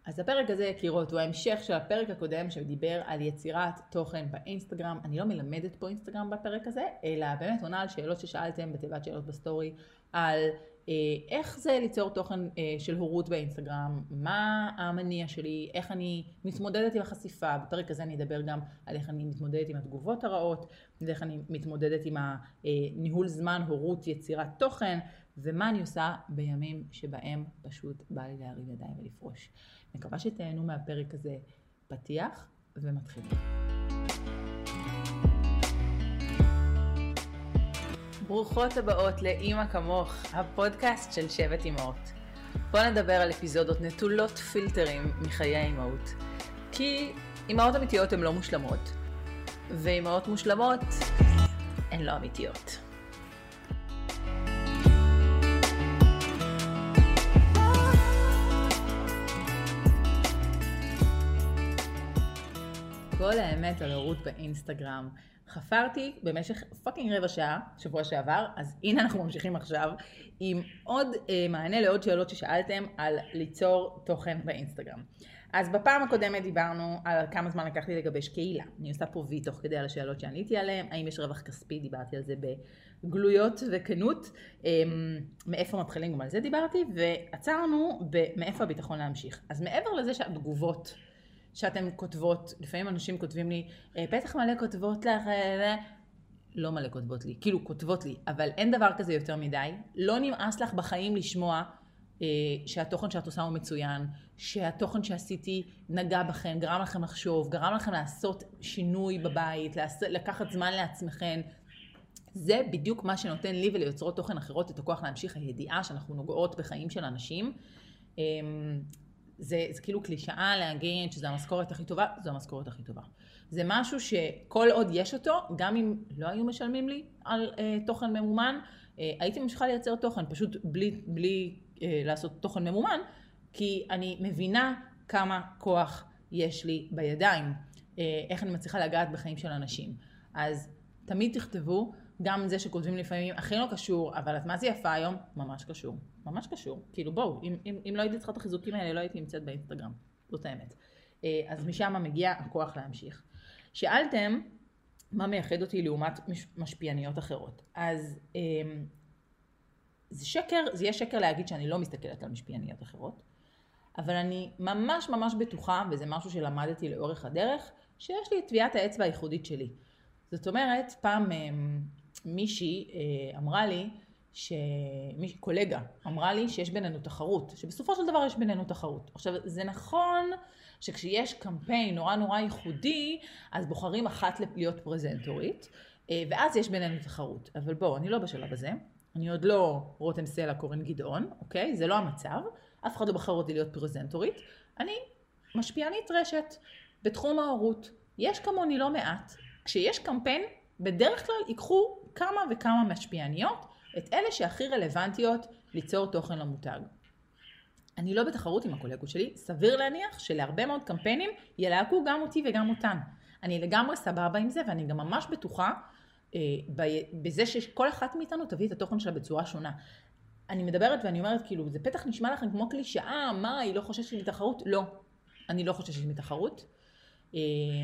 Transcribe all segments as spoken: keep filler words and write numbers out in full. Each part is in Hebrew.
אז הפרק הזה, קירות, הוא ההמשך של הפרק הקודם שדיבר על יצירת תוכן באינסטגרם. אני לא מלמדת פה אינסטגרם בפרק הזה, אלא באמת עונה על שאלות ששאלתם בתיבת שאלות בסטורי, על אה, איך זה ליצור תוכן אה, של הורות באינסטגרם, מה המניע שלי, איך אני מתמודדת עם החשיפה. בפרק הזה אני אדבר גם על איך אני מתמודדת עם התגובות הרעות, איך אני מתמודדת עם הניהול זמן, הורות, יצירת תוכן, ומה אני עושה בימים שבהם פשוט בא לי להרים ידיים ולפרוש. מקווה שתהנו מהפרק הזה. פתיח ומתחילים. ברוכות הבאות לאמא כמוך, הפודקאסט של שבט אמהות. בוא נדבר על אפיזודות נטולות פילטרים מחיי האימהות. כי אמהות אמיתיות הן לא מושלמות, ואמהות מושלמות הן לא אמיתיות. כל האמת על הורות באינסטגרם. חפרתי במשך פאקינג רבע שעה, שבוע שעבר, אז הנה אנחנו ממשיכים עכשיו עם עוד אה, מענה לעוד שאלות ששאלתם על ליצור תוכן באינסטגרם. אז בפעם הקודמת דיברנו על כמה זמן לקחתי לגבש קהילה. אני עושה פה וי תוך כדי על השאלות שעניתי עליהן. האם יש רווח כספי? דיברתי על זה בגלויות וכנות. אה, מאיפה מתחילים? גם על זה דיברתי. ועצרנו במאיפה הביטחון להמשיך. אז מעבר לזה שהתגובות שאתם כותבות, לפעמים אנשים כותבים לי, פתח מלא כותבות לך, לא מלא כותבות לי, כאילו כותבות לי, אבל אין דבר כזה יותר מדי. לא נמאס לך בחיים לשמוע אה, שהתוכן שאת עושה הוא מצוין, שהתוכן שעשיתי נגע בכם, גרם לכם לחשוב, גרם לכם לעשות שינוי בבית, לעשות, לקחת זמן לעצמכם. זה בדיוק מה שנותן לי וליוצרות תוכן אחרות את הכוח להמשיך, הידיעה שאנחנו נוגעות בחיים של אנשים. אה, זה, זה כאילו קלישאה להגיד שזה המשכורת הכי טובה, זו המשכורת הכי טובה. זה משהו שכל עוד יש אותו, גם אם לא היו משלמים לי על אה, תוכן ממומן, אה, הייתי ממשיכה לייצר תוכן, פשוט בלי, בלי אה, לעשות תוכן ממומן, כי אני מבינה כמה כוח יש לי בידיים, אה, איך אני מצליחה לגעת בחיים של אנשים. אז תמיד תכתבו, גם זה שכותבים לפעמים, הכי לא קשור, אבל את מה זה יפה היום? ממש קשור. ממש קשור. כאילו בואו, אם, אם, אם לא הייתי צריכה את החיזוקים האלה, לא הייתי נמצאת באינסטגרם. זאת האמת. אז משם מגיע הכוח להמשיך. שאלתם, מה מייחד אותי לעומת משפיעניות אחרות? אז זה שקר, זה יהיה שקר להגיד שאני לא מסתכלת על משפיעניות אחרות, אבל אני ממש ממש בטוחה, וזה משהו שלמדתי לאורך הדרך, שיש לי את טביעת האצבע הייחודית שלי. זאת אומרת, פעם מישהי אמרה לי, שמישהי, קולגה, אמרה לי שיש בינינו תחרות, שבסופו של דבר יש בינינו תחרות. עכשיו, זה נכון שכשיש קמפיין נורא נורא ייחודי, אז בוחרים אחת להיות פרזנטורית, ואז יש בינינו תחרות. אבל בואו, אני לא בשלב הזה, אני עוד לא רותם סלע קורן גדעון, אוקיי? זה לא המצב, אף אחד לא בחר אותי להיות פרזנטורית, אני משפיענית רשת בתחום ההורות. יש כמוני לא מעט. כשיש קמפיין, בדרך כלל ייקחו כמה וכמה משפיעניות, את אלה שהכי רלוונטיות ליצור תוכן למותג. אני לא בתחרות עם הקולגות שלי, סביר להניח שלהרבה מאוד קמפיינים ילהקו גם אותי וגם אותן. אני לגמרי סבבה עם זה, ואני גם ממש בטוחה אה, בזה שכל אחת מאיתנו תביא את התוכן שלה בצורה שונה. אני מדברת ואני אומרת, כאילו, זה פתח נשמע לכם כמו קלישאה, מה, היא לא חוששת מתחרות? לא, אני לא חוששת מתחרות. אה,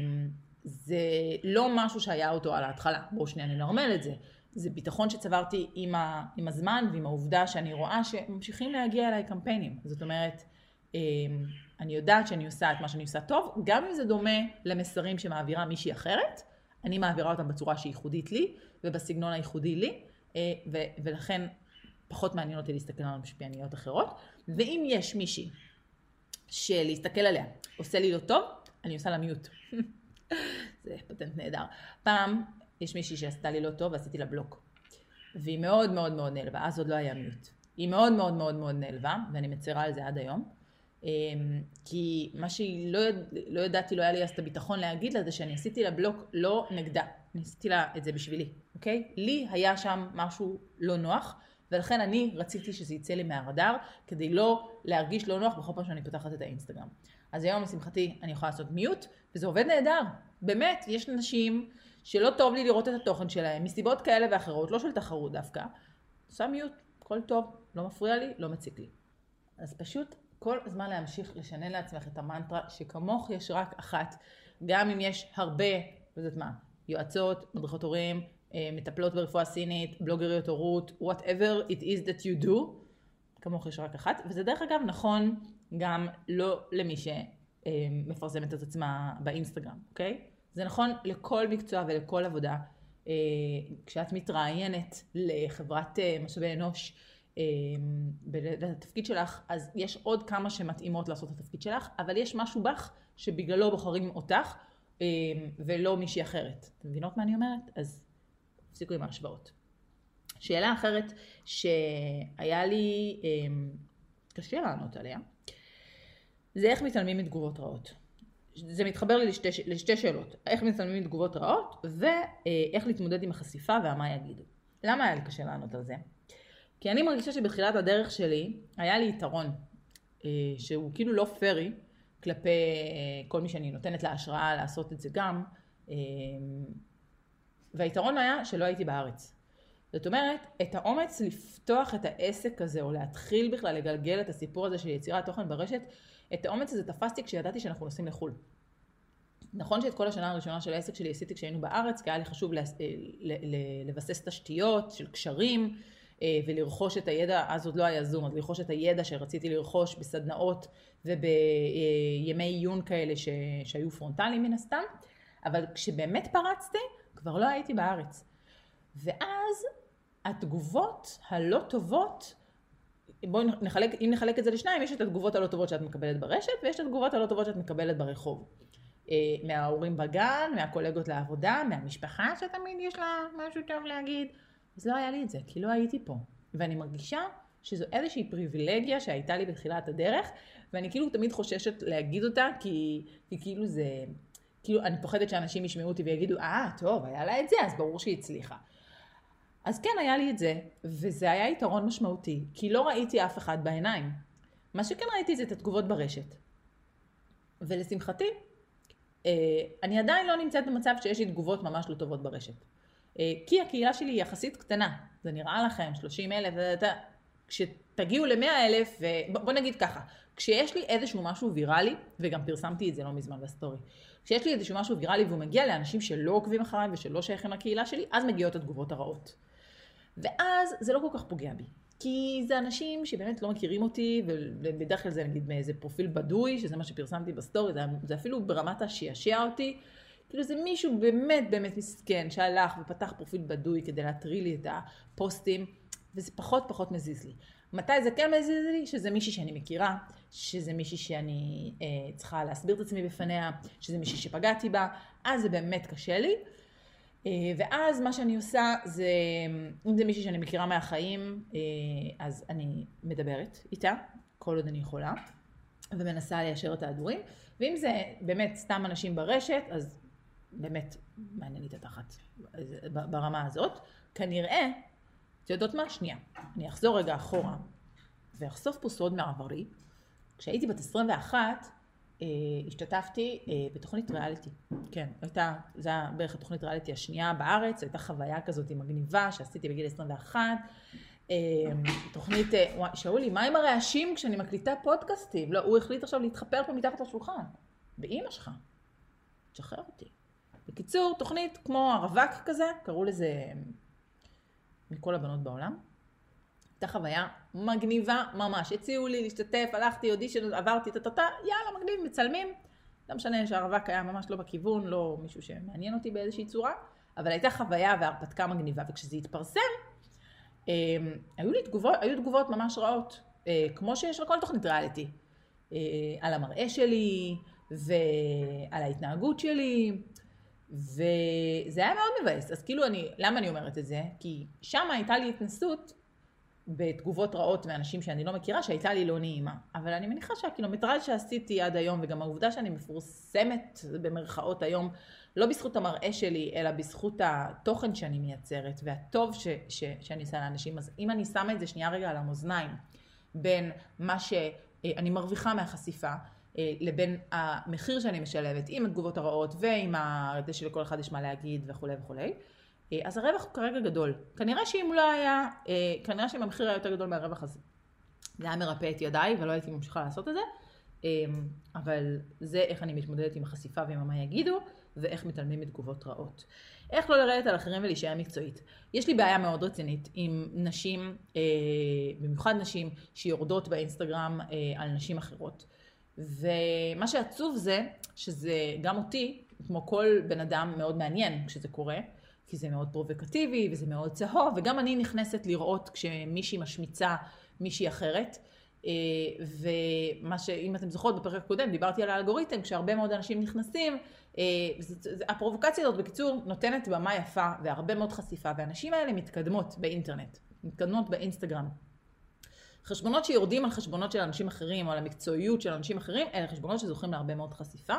זה לא משהו שהיה אותו על ההתחלה, בואו שנייה ננרמל את זה. זה ביטחון שצברתי עם, ה, עם הזמן ועם העובדה שאני רואה שממשיכים להגיע אליי קמפיינים. זאת אומרת, אני יודעת שאני עושה את מה שאני עושה טוב, גם אם זה דומה למסרים שמעבירה מישהי אחרת, אני מעבירה אותם בצורה שהיא ייחודית לי ובסגנון הייחודי לי, ו, ולכן פחות מעניין אותי להסתכל על משפיעניות אחרות. ואם יש מישהי שלהסתכל עליה עושה לי לא טוב, אני עושה לה מיוט. זה פטנט נהדר. פעם יש מישהי שעשתה לי לא טוב ועשיתי לה בלוק. והיא מאוד מאוד מאוד נעלבה, אז עוד לא היה מיוט. היא מאוד מאוד מאוד מאוד נעלבה, ואני מצרה על זה עד היום. כי מה שהיא לא, יד... לא ידעתי, לא היה לי אז את הביטחון להגיד לה, זה שאני עשיתי לה בלוק לא נגדה. אני עשיתי לה את זה בשבילי, אוקיי? לי היה שם משהו לא נוח, ולכן אני רציתי שזה יצא לי מהרדאר, כדי לא להרגיש לא נוח בכל פעם שאני פותחת את האינסטגרם. אז היום לשמחתי אני יכולה לעשות מיוט, וזה עובד נהדר. באמת, יש אנשים שלא טוב לי לראות את התוכן שלהם, מסיבות כאלה ואחרות, לא של תחרות דווקא. עושה מיוט, הכל טוב, לא מפריע לי, לא מציק לי. אז פשוט כל הזמן להמשיך לשנן לעצמך את המנטרה שכמוך יש רק אחת, גם אם יש הרבה, וזאת מה, יועצות, מדריכות הורים, מטפלות ברפואה סינית, בלוגריות הורות, whatever it is that you do, כמוך יש רק אחת, וזה דרך אגב נכון גם לא למי שמפרסמת את עצמה באינסטגרם, אוקיי? זה נכון לכל מקצוע ולכל עבודה. כשאת מתראיינת לחברת משאבי אנוש בתפקיד שלך, אז יש עוד כמה שמתאימות לעשות את התפקיד שלך, אבל יש משהו בך שבגללו בוחרים אותך ולא מישהי אחרת. אתם מבינות מה אני אומרת? אז תפסיקו עם ההשוואות. שאלה אחרת שהיה לי קשה לענות עליה, זה איך מתעלמים מתגובות רעות. זה מתחבר לי לשתי, לשתי שאלות. איך מתעלמים מתגובות רעות, ואיך להתמודד עם החשיפה והמה יגידו. למה היה לי קשה לענות על זה? כי אני מרגישה שבתחילת הדרך שלי היה לי יתרון, שהוא כאילו לא פרי, כלפי כל מי שאני נותנת לה השראה לעשות את זה גם, והיתרון היה שלא הייתי בארץ. זאת אומרת, את האומץ לפתוח את העסק הזה, או להתחיל בכלל לגלגל את הסיפור הזה של יצירת תוכן ברשת, את האומץ הזה תפסתי כשידעתי שאנחנו נוסעים לחול. נכון שאת כל השנה הראשונה של העסק שלי עשיתי כשהיינו בארץ, כי היה לי חשוב לבסס תשתיות של קשרים, ולרכוש את הידע, אז עוד לא היה זום, אז לרכוש את הידע שרציתי לרכוש בסדנאות ובימי עיון כאלה שהיו פרונטליים מן הסתם, אבל כשבאמת פרצתי, כבר לא הייתי בארץ. ואז התגובות הלא טובות, בואו נחלק, אם נחלק את זה לשניים, יש את התגובות הלא טובות שאת מקבלת ברשת, ויש את התגובות הלא טובות שאת מקבלת ברחוב. מההורים בגן, מהקולגות לעבודה, מהמשפחה שתמיד יש לה משהו טוב להגיד. אז לא היה לי את זה, כי לא הייתי פה. ואני מרגישה שזו איזושהי פריבילגיה שהייתה לי בתחילת הדרך, ואני כאילו תמיד חוששת להגיד אותה, כי, כי כאילו זה, כאילו אני פוחדת שאנשים ישמעו אותי ויגידו, אה, טוב, היה לה את זה, אז ברור שהיא הצליחה. אז כן, היה לי את זה, וזה היה יתרון משמעותי, כי לא ראיתי אף אחד בעיניים. מה שכן ראיתי זה את התגובות ברשת. ולשמחתי, אני עדיין לא נמצאת במצב שיש לי תגובות ממש לא טובות ברשת. כי הקהילה שלי היא יחסית קטנה. זה נראה לכם, שלושים אלף, כשתגיעו ל-מאה אלף, בוא נגיד ככה, כשיש לי איזשהו משהו ויראלי, וגם פרסמתי את זה לא מזמן בסטורי, כשיש לי איזשהו משהו ויראלי והוא מגיע לאנשים שלא עוקבים אחריי ושלא שייכים לקהילה שלי, אז מגיעות התגובות הרעות. ואז זה לא כל כך פוגע בי. כי זה אנשים שבאמת לא מכירים אותי, ובדרך כלל זה נגיד מאיזה פרופיל בדוי, שזה מה שפרסמתי בסטורי, זה, זה אפילו ברמת השיעשע אותי, כאילו זה מישהו באמת באמת מסכן, שהלך ופתח פרופיל בדוי כדי להטריל לי את הפוסטים, וזה פחות פחות מזיז לי. מתי זה כן מזיז לי? שזה מישהי שאני מכירה, שזה מישהי שאני אה, צריכה להסביר את עצמי בפניה, שזה מישהי שפגעתי בה, אז זה באמת קשה לי. אה, ואז מה שאני עושה זה, אם זה מישהי שאני מכירה מהחיים, אה, אז אני מדברת איתה, כל עוד אני יכולה, ומנסה ליישר את ההדורים. ואם זה באמת סתם אנשים ברשת, אז באמת מעניין לי את התחת ברמה הזאת. כנראה, את יודעות מה? שנייה. אני אחזור רגע אחורה, ואחשוף פה סוד מעברי. כשהייתי בת עשרים ואחת, אה, השתתפתי אה, בתוכנית ריאליטי. כן, הייתה, זה היה בערך התוכנית ריאליטי השנייה בארץ, הייתה חוויה כזאת מגניבה שעשיתי בגיל עשרים ואחת. אה, תוכנית, אה, וואי, שאולי, מה עם הרעשים כשאני מקליטה פודקאסטים? לא, הוא החליט עכשיו להתחפר פה מתחת לשולחן. באמא שלך. תשחרר אותי. בקיצור, תוכנית כמו הרווק כזה, קראו לזה מכל הבנות בעולם. הייתה חוויה מגניבה ממש. הציעו לי להשתתף, הלכתי, אודישן, עברתי, תתתה, יאללה, מגניב, מצלמים. לא משנה שהרווק היה ממש לא בכיוון, לא מישהו שמעניין אותי באיזושהי צורה, אבל הייתה חוויה והרפתקה מגניבה. וכשזה התפרסם, היו לי תגובות, היו תגובות ממש רעות, כמו שיש לכל תוכנית ריאליטי. על המראה שלי, ועל ההתנהגות שלי, וזה היה מאוד מבאס. אז כאילו אני, למה אני אומרת את זה? כי שם הייתה לי התנסות בתגובות רעות מאנשים שאני לא מכירה, שהייתה לי לא נעימה. אבל אני מניחה שהקילומטראז' שעשיתי עד היום, וגם העובדה שאני מפורסמת במרכאות היום, לא בזכות המראה שלי, אלא בזכות התוכן שאני מייצרת, והטוב ש, ש, שאני עושה לאנשים. אז אם אני שמה את זה שנייה רגע על המאזניים, בין מה שאני מרוויחה מהחשיפה, לבין המחיר שאני משלבת, עם התגובות הרעות ועם הרדה שלכל אחד יש מה להגיד וכו' וכו'. אז הרווח הוא כרגע גדול. כנראה שאם לא היה, כנראה שאם המחיר היה יותר גדול מהרווח הזה, זה היה מרפא את ידיי ולא הייתי ממשיכה לעשות את זה. אבל זה איך אני מתמודדת עם החשיפה ועם מה יגידו, ואיך מתעלמים מתגובות רעות. איך לא לרדת על אחרים ולהישאר מקצועית. יש לי בעיה מאוד רצינית עם נשים, במיוחד נשים שיורדות באינסטגרם על נשים אחרות. ומה שעצוב זה, שזה גם אותי, כמו כל בן אדם מאוד מעניין כשזה קורה, כי זה מאוד פרובוקטיבי וזה מאוד צהוב, וגם אני נכנסת לראות כשמישהי משמיצה מישהי אחרת. ומה שאם אתם זוכרות בפרק הקודם דיברתי על האלגוריתם, כשהרבה מאוד אנשים נכנסים, הפרובוקציה הזאת בקיצור נותנת במה יפה והרבה מאוד חשיפה, והאנשים האלה מתקדמות באינטרנט, מתקדמות באינסטגרם. חשבונות שיורדים על חשבונות של אנשים אחרים או על המקצועיות של אנשים אחרים, אלה חשבונות שזוכים להרבה מאוד חשיפה.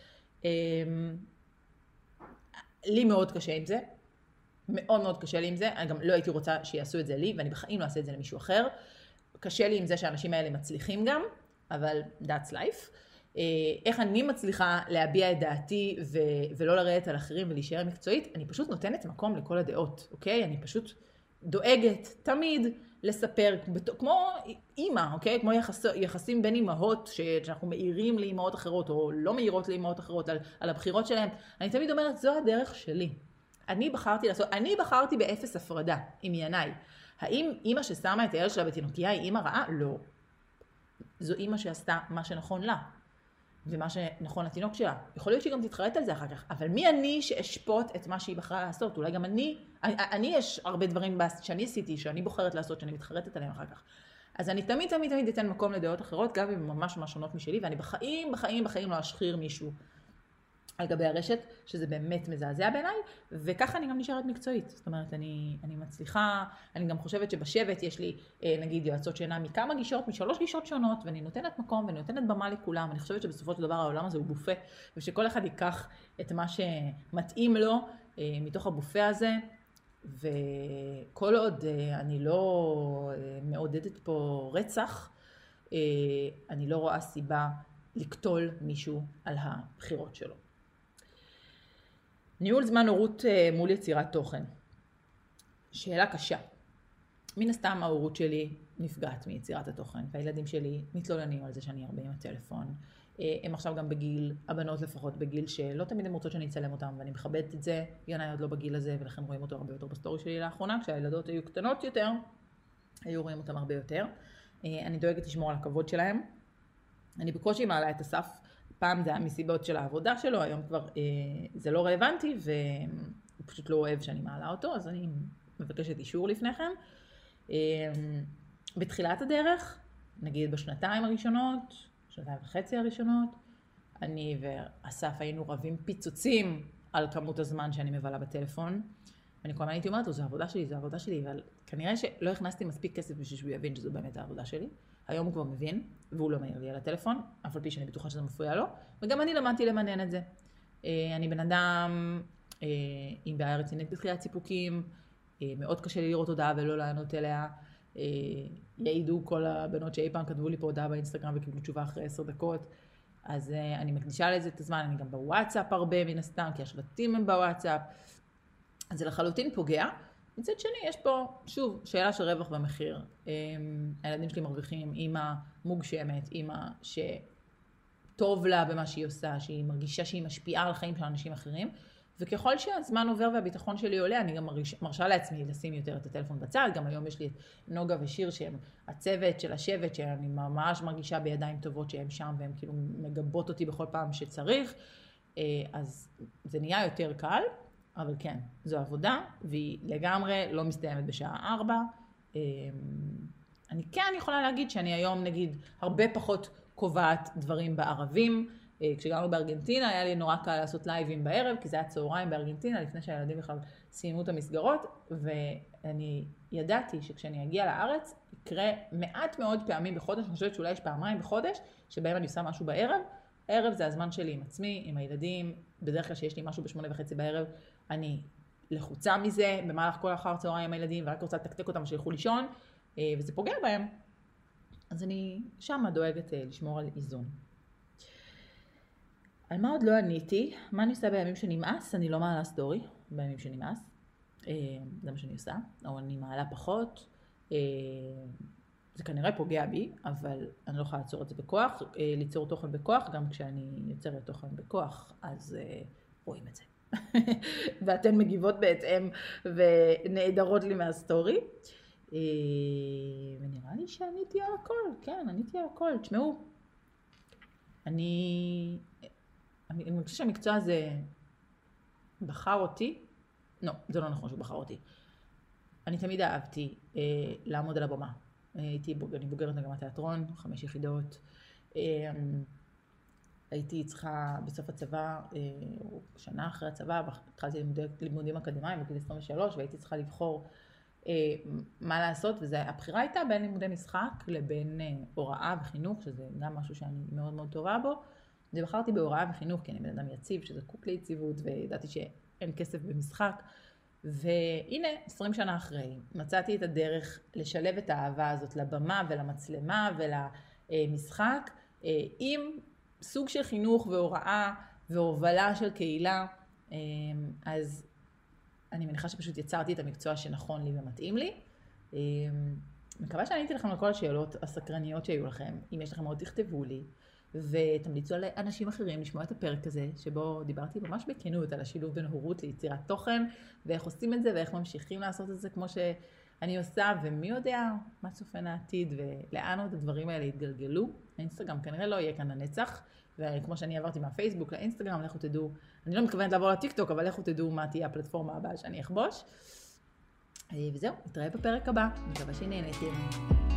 לי מאוד קשה עם זה, מאוד מאוד קשה לי עם זה, אני גם לא הייתי רוצה שיעשו את זה לי, ואני בחיים לא אעשה את זה למישהו אחר. קשה לי עם זה שהאנשים האלה מצליחים גם, אבל that's life. איך אני מצליחה להביע את דעתי ו- ולא לרדת על אחרים ולהישאר מקצועית? אני פשוט נותנת מקום לכל הדעות, אוקיי? אני פשוט דואגת תמיד לספר, כמו אימא, אוקיי? כמו יחס, יחסים בין אימהות, שאנחנו מאירים לאימהות אחרות, או לא מאירות לאימהות אחרות על, על הבחירות שלהם. אני תמיד אומרת, זו הדרך שלי. אני בחרתי לעשות, אני בחרתי באפס הפרדה עם ינאי. האם אימא ששמה את הילד שלה בתינוקייה היא אימא רעה? לא. זו אימא שעשתה מה שנכון לה, ומה שנכון לתינוק שלה. יכול להיות שהיא גם תתחרט על זה אחר כך, אבל מי אני שאשפוט את מה שהיא בחרה לעשות? אולי גם אני, אני, אני יש הרבה דברים שאני עשיתי, שאני בוחרת לעשות, שאני מתחרטת עליהם אחר כך. אז אני תמיד תמיד תמיד אתן מקום לדעות אחרות, גם אם הן ממש ממש שונות משלי, ואני בחיים, בחיים, בחיים לא אשחיר מישהו על גבי הרשת, שזה באמת מזעזע בעיניי, וככה אני גם נשארת מקצועית. זאת אומרת, אני, אני מצליחה, אני גם חושבת שבשבט יש לי, נגיד, יועצות שינה מכמה גישות, משלוש גישות שונות, ואני נותנת מקום ואני נותנת במה לכולם. אני חושבת שבסופו של דבר העולם הזה הוא בופה, ושכל אחד ייקח את מה שמתאים לו מתוך הבופה הזה, וכל עוד אני לא מעודדת פה רצח, אני לא רואה סיבה לקטול מישהו על הבחירות שלו. ניהול זמן הורות מול יצירת תוכן. שאלה קשה. מן הסתם ההורות שלי נפגעת מיצירת התוכן, והילדים שלי מתלוננים על זה שאני הרבה עם הטלפון. הם עכשיו גם בגיל, הבנות לפחות בגיל שלא תמיד הם רוצות שאני אצלם אותם, ואני מכבדת את זה. ינאי עוד לא בגיל הזה, ולכן רואים אותו הרבה יותר בסטורי שלי לאחרונה. כשהילדות היו קטנות יותר, היו רואים אותם הרבה יותר. אני דואגת לשמור על הכבוד שלהם. אני בקושי מעלה את הסף. פעם זה היה מסיבות של העבודה שלו, היום כבר אה, זה לא רלוונטי, והוא פשוט לא אוהב שאני מעלה אותו, אז אני מבקשת אישור לפניכם. אה, בתחילת הדרך, נגיד בשנתיים הראשונות, שנתיים וחצי הראשונות, אני ואסף היינו רבים פיצוצים על כמות הזמן שאני מבלה בטלפון. ואני כל הזמן הייתי אומרת לו, זו העבודה שלי, זו העבודה שלי, אבל כנראה שלא הכנסתי מספיק כסף בשביל שהוא יבין שזו באמת העבודה שלי. היום הוא כבר מבין, והוא לא מעיר לי על הטלפון, אף על פי שאני בטוחה שזה מפריע לו, וגם אני למדתי למנן את זה. אני בן אדם עם בעיה רצינית בתחילת סיפוקים, מאוד קשה לי לראות הודעה ולא לענות אליה. יעידו כל הבנות שאי פעם כתבו לי פה הודעה באינסטגרם וקיבלו תשובה אחרי עשר דקות, אז אני מקדישה לזה את הזמן, אני גם בוואטסאפ הרבה מן הסתם, כי השבטים הם בוואטסאפ, אז זה לחלוטין פוגע. מצד שני, יש פה, שוב, שאלה של רווח במחיר. הילדים שלי מרוויחים אימא מוגשמת, אימא שטוב לה במה שהיא עושה, שהיא מרגישה שהיא משפיעה על החיים של אנשים אחרים, וככל שהזמן עובר והביטחון שלי עולה, אני גם מרשה לעצמי לשים יותר את הטלפון בצד. גם היום יש לי את נוגה ושיר שהם הצוות של השבט, שאני ממש מרגישה בידיים טובות שהם שם, והם כאילו מגבות אותי בכל פעם שצריך, אז זה נהיה יותר קל. אבל כן, זו עבודה, והיא לגמרי לא מסתיימת בשעה ארבע. אני כן יכולה להגיד שאני היום, נגיד, הרבה פחות קובעת דברים בערבים. כשגרנו בארגנטינה, היה לי נורא קל לעשות לייבים בערב, כי זה היה צהריים בארגנטינה, לפני שהילדים בכלל סיימו את המסגרות, ואני ידעתי שכשאני אגיע לארץ, יקרה מעט מאוד פעמים בחודש, אני חושבת שאולי יש פעמיים בחודש, שבהם אני עושה משהו בערב. הערב זה הזמן שלי עם עצמי, עם הילדים. בדרך כלל שיש לי משהו בשמונה וחצי בערב, אני לחוצה מזה במהלך כל אחר צהריים עם הילדים, ורק רוצה לתקתק אותם שילכו לישון, וזה פוגע בהם. אז אני שמה דואגת לשמור על איזון. על מה עוד לא עניתי? מה אני עושה בימים שנמאס? אני לא מעלה סטורי בימים שנמאס. זה מה שאני עושה. או אני מעלה פחות. זה כנראה פוגע בי, אבל אני לא יכולה ליצור את זה בכוח, ליצור תוכן בכוח, גם כשאני יוצרת תוכן בכוח, אז רואים את זה. ואתן מגיבות בהתאם ונעדרות לי מהסטורי. ונראה לי שעניתי על הכל, כן, עניתי על הכל. תשמעו, אני, אני מרגישה שהמקצוע הזה בחר אותי, לא, זה לא נכון שהוא בחר אותי. אני תמיד אהבתי אה, לעמוד על הבמה. הייתי בוגר, אני בוגרת מגמת תיאטרון, חמש יחידות. אה, הייתי צריכה בסוף הצבא, אה, שנה אחרי הצבא, התחלתי לימודי, לימודים אקדמיים בגיל עשרים ושלוש, והייתי צריכה לבחור אה, מה לעשות, והבחירה הייתה בין לימודי משחק לבין אה, הוראה וחינוך, שזה גם משהו שאני מאוד מאוד טובה בו. ובחרתי בהוראה וחינוך, כי אני בן אדם יציב, שזקוק ליציבות, וידעתי שאין כסף במשחק. והנה, עשרים שנה אחרי, מצאתי את הדרך לשלב את האהבה הזאת לבמה ולמצלמה ולמשחק, עם סוג של חינוך והוראה והובלה של קהילה. אז אני מניחה שפשוט יצרתי את המקצוע שנכון לי ומתאים לי. מקווה שעניתי לכם על כל השאלות הסקרניות שהיו לכם. אם יש לכם עוד, תכתבו לי. ותמליצו על אנשים אחרים לשמוע את הפרק הזה, שבו דיברתי ממש בכנות על השילוב בין הורות ליצירת תוכן, ואיך עושים את זה, ואיך ממשיכים לעשות את זה כמו שאני עושה, ומי יודע מה צופן העתיד, ולאן עוד הדברים האלה יתגלגלו. האינסטגרם כנראה לא יהיה כאן לנצח, וכמו שאני עברתי מהפייסבוק לאינסטגרם, לכו תדעו, אני לא מתכוונת לעבור לטיקטוק, אבל לכו תדעו מה תהיה הפלטפורמה הבאה שאני אכבוש. וזהו, נתראה בפרק הבא, מקווה שנהניתם.